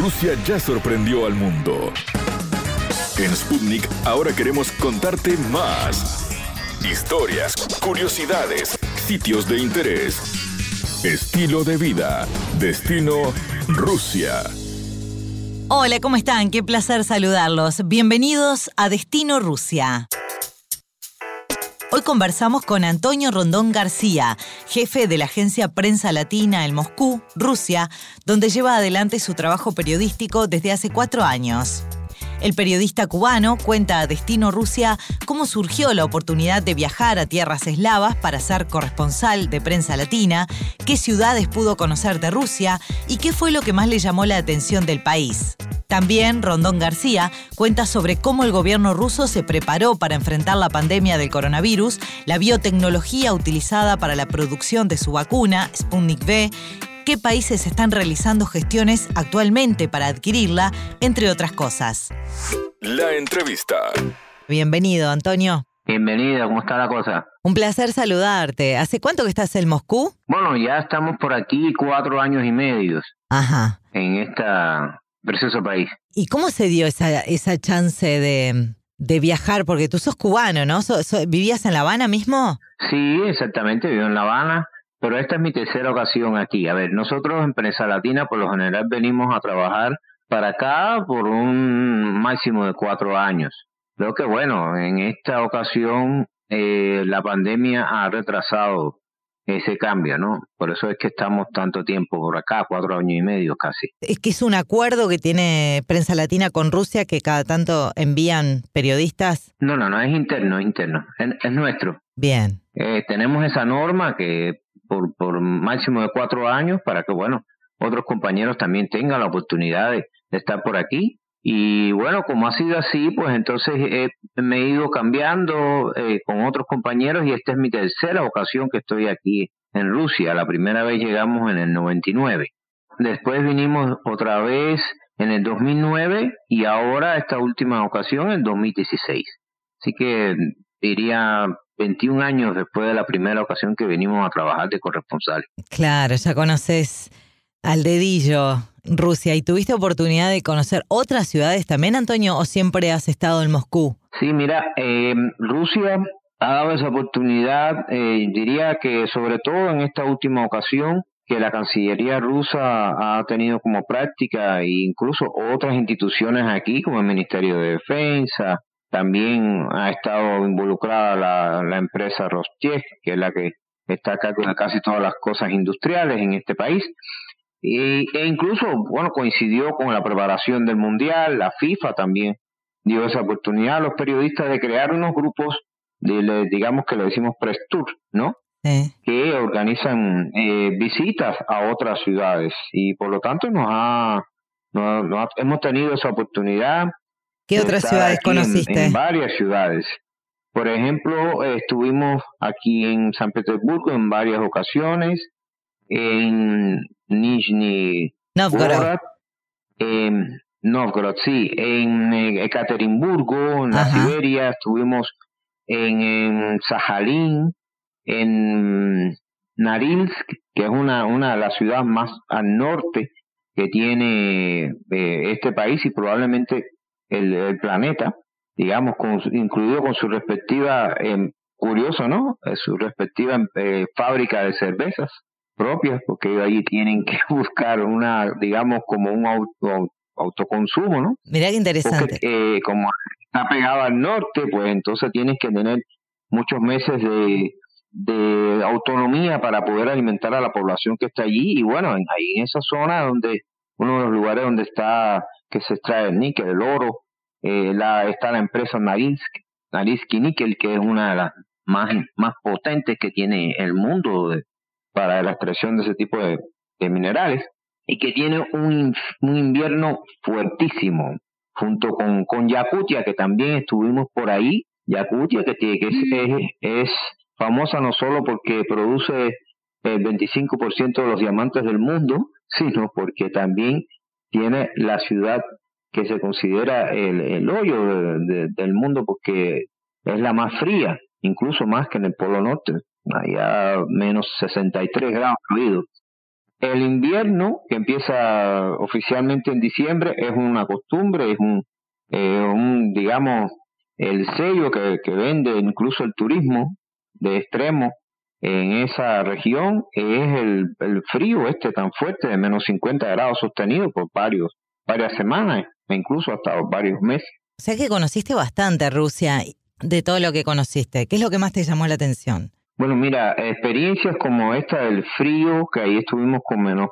Rusia ya sorprendió al mundo. En Sputnik ahora queremos contarte más. Historias, curiosidades, sitios de interés, estilo de vida, destino Rusia. Hola, ¿cómo están? Qué placer saludarlos. Bienvenidos a Destino Rusia. Hoy conversamos con Antonio Rondón García, jefe de la agencia Prensa Latina en Moscú, Rusia, donde lleva adelante su trabajo periodístico desde hace 4 años. El periodista cubano cuenta a Destino Rusia cómo surgió la oportunidad de viajar a tierras eslavas para ser corresponsal de Prensa Latina, qué ciudades pudo conocer de Rusia y qué fue lo que más le llamó la atención del país. También Rondón García cuenta sobre cómo el gobierno ruso se preparó para enfrentar la pandemia del coronavirus, la biotecnología utilizada para la producción de su vacuna, Sputnik V, qué países están realizando gestiones actualmente para adquirirla, entre otras cosas. La entrevista. Bienvenido, Antonio. Bienvenido, ¿cómo está la cosa? Un placer saludarte. ¿Hace cuánto que estás en Moscú? Bueno, ya estamos por aquí 4 años y medio en este precioso país. ¿Y cómo se dio esa chance de viajar? Porque tú sos cubano, ¿no? ¿Vivías en La Habana mismo? Sí, exactamente, vivo en La Habana. Pero esta es mi tercera ocasión aquí. A ver, nosotros en Prensa Latina por lo general venimos a trabajar para acá por un máximo de 4 años. Creo que bueno, en esta ocasión la pandemia ha retrasado ese cambio, ¿no? Por eso es que estamos tanto tiempo por acá, 4 años y medio casi. Es que es un acuerdo que tiene Prensa Latina con Rusia que cada tanto envían periodistas. No, es interno, es nuestro. Bien. Tenemos esa norma que por máximo de 4 años para que, bueno, otros compañeros también tengan la oportunidad de estar por aquí. Y bueno, como ha sido así, pues entonces me he ido cambiando con otros compañeros y esta es mi tercera ocasión que estoy aquí en Rusia. La primera vez llegamos en el 99. Después vinimos otra vez en el 2009 y ahora esta última ocasión en 2016. Así que diría 21 años después de la primera ocasión que venimos a trabajar de corresponsal. Claro, ya conoces al dedillo Rusia. ¿Y tuviste oportunidad de conocer otras ciudades también, Antonio, o siempre has estado en Moscú? Sí, mira, Rusia ha dado esa oportunidad, diría que sobre todo en esta última ocasión, que la Cancillería rusa ha tenido como práctica e incluso otras instituciones aquí, como el Ministerio de Defensa. También ha estado involucrada la empresa Rostex, que es la que está a cargo de casi todas las cosas industriales en este país. E incluso, bueno, coincidió con la preparación del Mundial. La FIFA también dio esa oportunidad a los periodistas de crear unos grupos, digamos que le decimos press tour, ¿no? Sí. Que organizan visitas a otras ciudades. Y por lo tanto hemos tenido esa oportunidad. ¿Qué otras ciudades conociste? En varias ciudades. Por ejemplo, estuvimos aquí en San Petersburgo en varias ocasiones, en Nizhny Novgorod, sí, en Ekaterimburgo, en la Siberia, estuvimos en Sajalín, en Norilsk, que es una de las ciudades más al norte que tiene este país y probablemente el planeta, digamos, incluido con su respectiva, curioso, ¿no? Su respectiva fábrica de cervezas propias, porque ellos allí tienen que buscar digamos, como un autoconsumo, ¿no? Mirá qué interesante. Porque como está pegado al norte, pues entonces tienes que tener muchos meses de autonomía para poder alimentar a la población que está allí. Y bueno, ahí en esa zona donde uno de los lugares donde que se extrae el níquel, el oro, está la empresa Norilsk Nickel, que es una de las más potentes que tiene el mundo para la extracción de ese tipo de minerales, y que tiene un invierno fuertísimo, junto con Yakutia, que también estuvimos por ahí. Yakutia, que es famosa no solo porque produce el 25% de los diamantes del mundo, sino porque también tiene la ciudad que se considera el hoyo del mundo, porque es la más fría, incluso más que en el Polo Norte, allá menos 63 grados habido. El invierno, que empieza oficialmente en diciembre, es una costumbre, es digamos, el sello que vende incluso el turismo de extremo en esa región, es el frío tan fuerte de menos 50 grados sostenido por varias semanas, e incluso hasta varios meses. O sea que conociste bastante Rusia, de todo lo que conociste. ¿Qué es lo que más te llamó la atención? Bueno, mira, experiencias como esta del frío, que ahí estuvimos con menos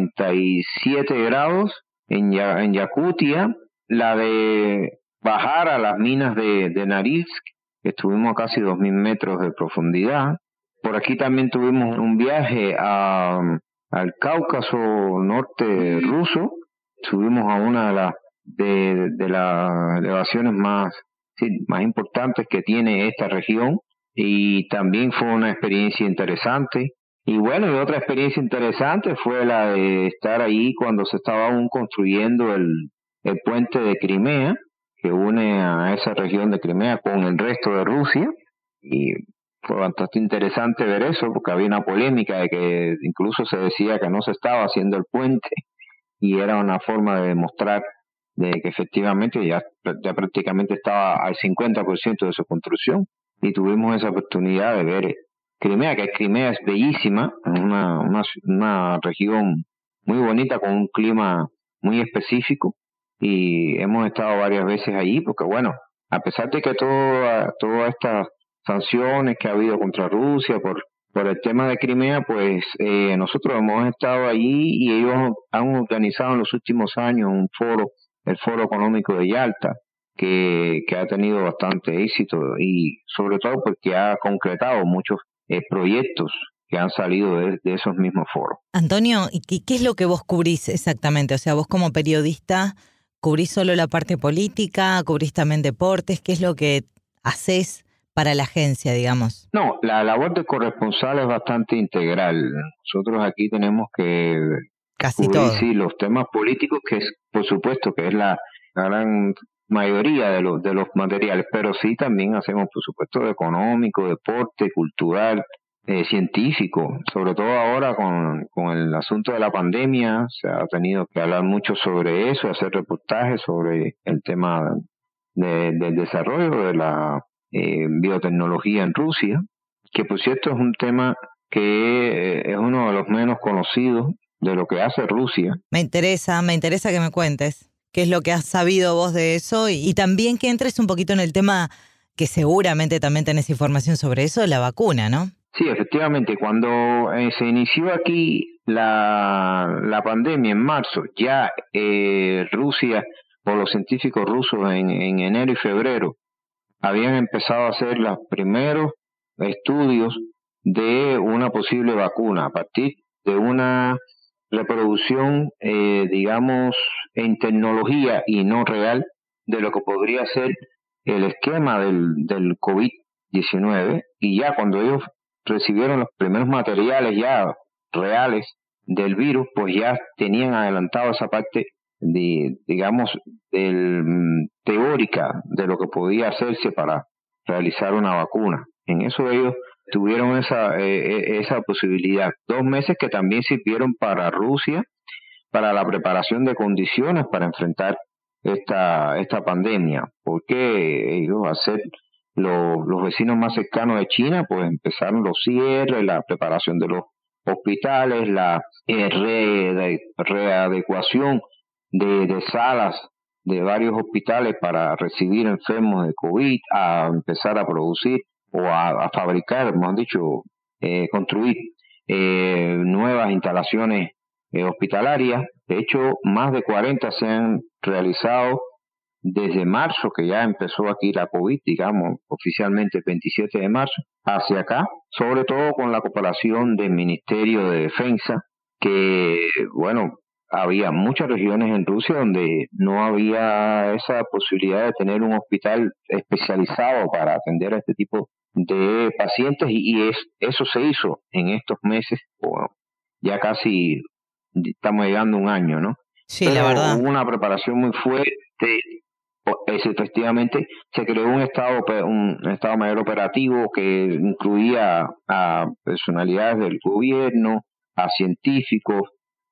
47 grados en Yakutia, la de bajar a las minas de Norilsk, que estuvimos a casi 2.000 metros de profundidad. Por aquí también tuvimos un viaje al Cáucaso norte ruso, subimos a una de las elevaciones más importantes que tiene esta región, y también fue una experiencia interesante. Y bueno, y otra experiencia interesante fue la de estar ahí cuando se estaba aún construyendo el puente de Crimea, que une a esa región de Crimea con el resto de Rusia, y fue bastante interesante ver eso, porque había una polémica de que incluso se decía que no se estaba haciendo el puente, y era una forma de demostrar de que efectivamente ya prácticamente estaba al 50% de su construcción, y tuvimos esa oportunidad de ver Crimea, que Crimea es bellísima, una región muy bonita con un clima muy específico, y hemos estado varias veces allí, porque bueno, a pesar de que todas estas sanciones que ha habido contra Rusia por el tema de Crimea, pues nosotros hemos estado allí, y ellos han organizado en los últimos años el Foro Económico de Yalta, que ha tenido bastante éxito, y sobre todo porque ha concretado muchos proyectos que han salido de esos mismos foros. Antonio, ¿y qué es lo que vos cubrís exactamente? O sea, vos como periodista, ¿cubrís solo la parte política? ¿Cubrís también deportes? ¿Qué es lo que haces para la agencia, digamos? No, la labor de corresponsal es bastante integral. Nosotros aquí tenemos que casi cubrir, todo. Sí, los temas políticos, que es, por supuesto, que es la gran mayoría de los materiales, pero sí también hacemos, por supuesto, económico, deporte, cultural, científico. Sobre todo ahora con el asunto de la pandemia, se ha tenido que hablar mucho sobre eso, hacer reportajes sobre el tema del desarrollo de la biotecnología en Rusia, que por cierto es un tema que es uno de los menos conocidos de lo que hace Rusia. Me interesa que me cuentes qué es lo que has sabido vos de eso, y también que entres un poquito en el tema, que seguramente también tenés información sobre eso, de la vacuna, ¿no? Sí, efectivamente, cuando se inició aquí la pandemia en marzo, ya Rusia, por los científicos rusos en enero y febrero, habían empezado a hacer los primeros estudios de una posible vacuna a partir de una reproducción, digamos, en tecnología y no real, de lo que podría ser el esquema del COVID-19, y ya cuando ellos recibieron los primeros materiales ya reales del virus, pues ya tenían adelantado esa parte digamos, teórica de lo que podía hacerse para realizar una vacuna. En eso ellos tuvieron esa posibilidad. 2 meses que también sirvieron para Rusia, para la preparación de condiciones para enfrentar esta pandemia, porque ellos, al ser los vecinos más cercanos de China, pues empezaron los cierres, la preparación de los hospitales, la readecuación de salas de varios hospitales para recibir enfermos de COVID, a empezar a producir o a fabricar, hemos dicho, construir nuevas instalaciones hospitalarias. De hecho, más de 40 se han realizado desde marzo, que ya empezó aquí la COVID, digamos, oficialmente el 27 de marzo, hacia acá, sobre todo con la cooperación del Ministerio de Defensa, que, bueno, había muchas regiones en Rusia donde no había esa posibilidad de tener un hospital especializado para atender a este tipo de pacientes, y eso se hizo en estos meses, bueno, ya casi estamos llegando a un año, ¿no? Sí, pero la verdad. Hubo una preparación muy fuerte. Efectivamente, se creó un estado mayor operativo que incluía a personalidades del gobierno, a científicos,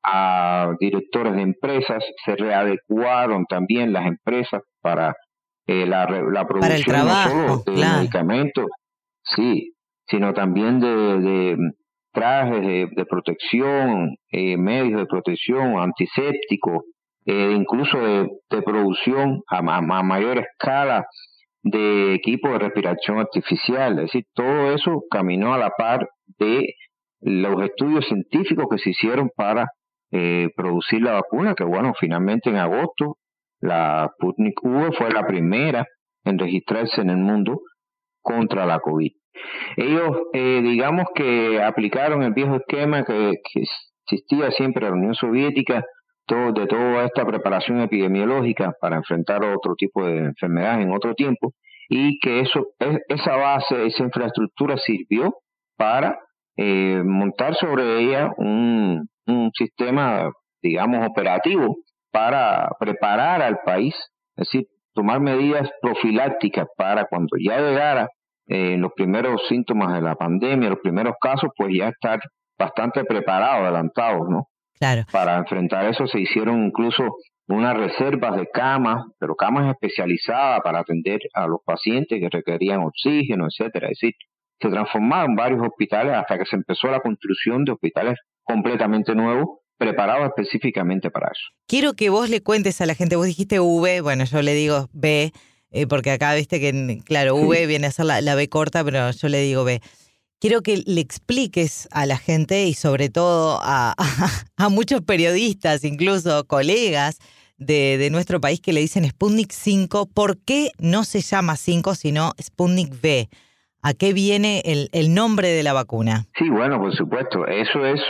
a directores de empresas, se readecuaron también las empresas para la producción para el trabajo, no solo de claro. medicamentos, sí, sino también de trajes de protección, medios de protección, antisépticos, incluso de producción a mayor escala de equipos de respiración artificial. Es decir, todo eso caminó a la par de los estudios científicos que se hicieron para producir la vacuna, que bueno, finalmente en agosto la Sputnik V fue la primera en registrarse en el mundo contra la COVID. Ellos, digamos que aplicaron el viejo esquema que existía siempre en la Unión Soviética, de toda esta preparación epidemiológica para enfrentar otro tipo de enfermedades en otro tiempo, y que esa base, esa infraestructura sirvió para montar sobre ella un sistema, digamos, operativo para preparar al país, es decir, tomar medidas profilácticas para cuando ya llegara los primeros síntomas de la pandemia, los primeros casos, pues ya estar bastante preparados, adelantados, ¿no? Claro. Para enfrentar eso se hicieron incluso unas reservas de camas, pero camas especializadas para atender a los pacientes que requerían oxígeno, etcétera. Es decir, se transformaron varios hospitales hasta que se empezó la construcción de hospitales completamente nuevos, preparados específicamente para eso. Quiero que vos le cuentes a la gente, vos dijiste V, bueno, yo le digo B, porque acá viste que, claro, V sí, viene a ser la B corta, pero yo le digo B. Quiero que le expliques a la gente y sobre todo a muchos periodistas, incluso colegas de nuestro país que le dicen Sputnik 5, ¿por qué no se llama 5 sino Sputnik V? ¿A qué viene el nombre de la vacuna? Sí, bueno, por supuesto. Eso es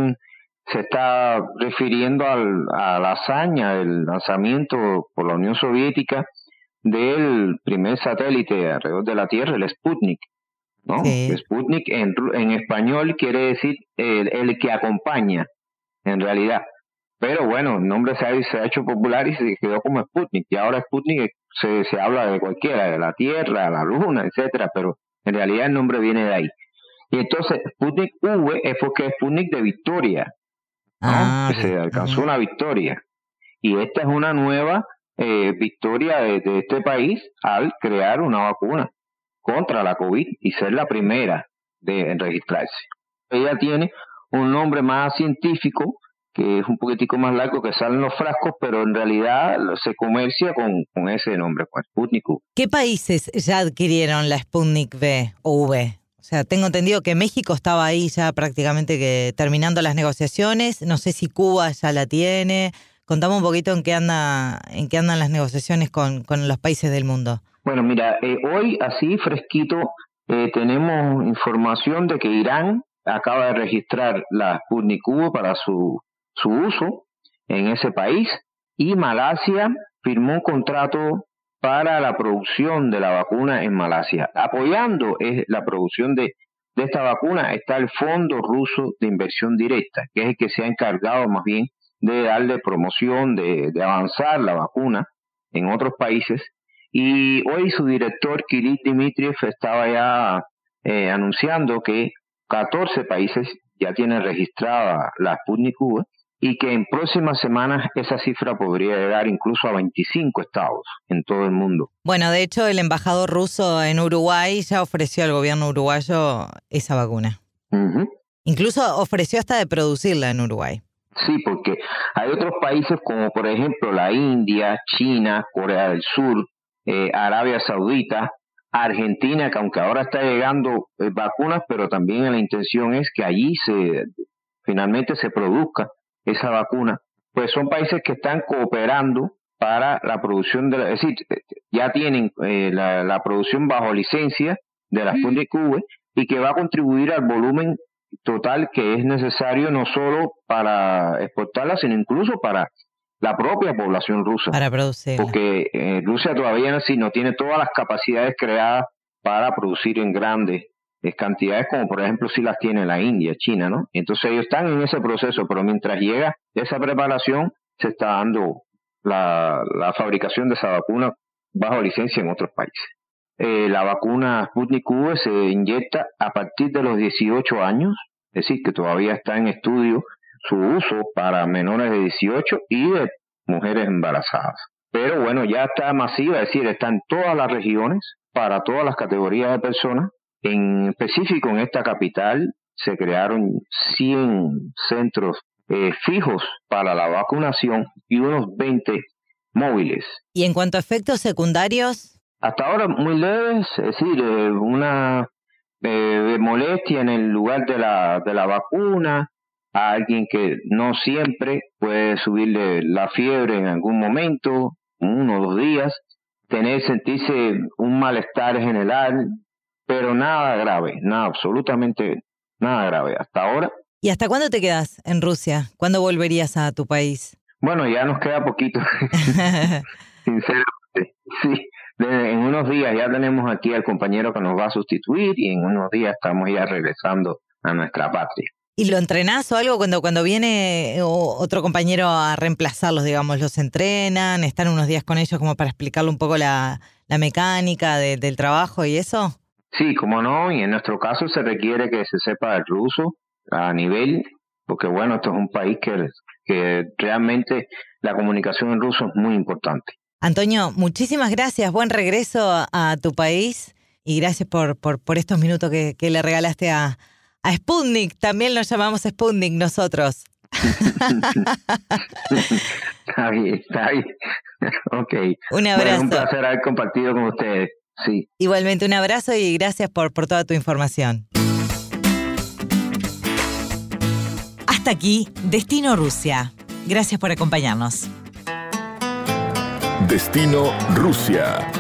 se está refiriendo a la hazaña del lanzamiento por la Unión Soviética del primer satélite alrededor de la Tierra, el Sputnik, ¿no? Sí. Sputnik en español quiere decir el que acompaña, en realidad. Pero bueno, el nombre se ha hecho popular y se quedó como Sputnik. Y ahora Sputnik se habla de cualquiera, de la Tierra, la Luna, etcétera, pero en realidad el nombre viene de ahí. Y entonces Sputnik V es porque es Sputnik de victoria, ¿no? Que se alcanzó una victoria. Y esta es una nueva victoria de este país al crear una vacuna contra la COVID y ser la primera en registrarse. Ella tiene un nombre más científico, que es un poquitico más largo, que salen los frascos, pero en realidad se comercia con ese nombre, con Sputnik V. ¿Qué países ya adquirieron la Sputnik V o V? O sea, tengo entendido que México estaba ahí ya prácticamente que terminando las negociaciones. No sé si Cuba ya la tiene. Contame un poquito en qué andan las negociaciones con los países del mundo. Bueno, mira, hoy así fresquito tenemos información de que Irán acaba de registrar la Sputnik V para su uso en ese país, y Malasia firmó un contrato para la producción de la vacuna en Malasia. Apoyando la producción de esta vacuna está el Fondo Ruso de Inversión Directa, que es el que se ha encargado más bien de darle promoción, de avanzar la vacuna en otros países. Y hoy su director, Kirill Dmitriev, estaba ya anunciando que 14 países ya tienen registrada la Sputnik V y que en próximas semanas esa cifra podría llegar incluso a 25 estados en todo el mundo. Bueno, de hecho, el embajador ruso en Uruguay ya ofreció al gobierno uruguayo esa vacuna. Uh-huh. Incluso ofreció hasta de producirla en Uruguay. Sí, porque hay otros países como por ejemplo la India, China, Corea del Sur, Arabia Saudita, Argentina, que aunque ahora está llegando vacunas, pero también la intención es que allí finalmente se produzca esa vacuna, pues son países que están cooperando para la producción es decir, ya tienen la producción bajo licencia de la Sputnik V y que va a contribuir al volumen total que es necesario no solo para exportarla, sino incluso para la propia población rusa. Para producirla. Porque Rusia todavía no tiene todas las capacidades creadas para producir en grandes cantidades, como por ejemplo si las tiene la India, China, ¿no? Entonces ellos están en ese proceso, pero mientras llega esa preparación, se está dando la fabricación de esa vacuna bajo licencia en otros países. La vacuna Sputnik V se inyecta a partir de los 18 años, es decir, que todavía está en estudio su uso para menores de 18 y de mujeres embarazadas. Pero bueno, ya está masiva, es decir, está en todas las regiones, para todas las categorías de personas. En específico, en esta capital se crearon 100 centros fijos para la vacunación y unos 20 móviles. ¿Y en cuanto a efectos secundarios? Hasta ahora muy leves, es decir, una molestia en el lugar de la vacuna, a alguien que no siempre puede subirle la fiebre en algún momento, 1 o 2 días, sentirse un malestar general, pero nada grave, absolutamente nada grave hasta ahora. ¿Y hasta cuándo te quedas en Rusia? ¿Cuándo volverías a tu país? Bueno, ya nos queda poquito, sinceramente, sí. En unos días ya tenemos aquí al compañero que nos va a sustituir y en unos días estamos ya regresando a nuestra patria. ¿Y lo entrenás o algo cuando viene otro compañero a reemplazarlos, digamos? ¿Los entrenan? ¿Están unos días con ellos como para explicarle un poco la mecánica del trabajo y eso? Sí, cómo no, y en nuestro caso se requiere que se sepa el ruso a nivel, porque bueno, esto es un país que realmente la comunicación en ruso es muy importante. Antonio, muchísimas gracias, buen regreso a tu país y gracias por estos minutos que le regalaste a Sputnik. También nos llamamos Sputnik nosotros. Está bien. Ok. Un abrazo. Bueno, un placer haber compartido con ustedes. Sí. Igualmente un abrazo y gracias por toda tu información. Hasta aquí, Destino Rusia. Gracias por acompañarnos. Destino Rusia.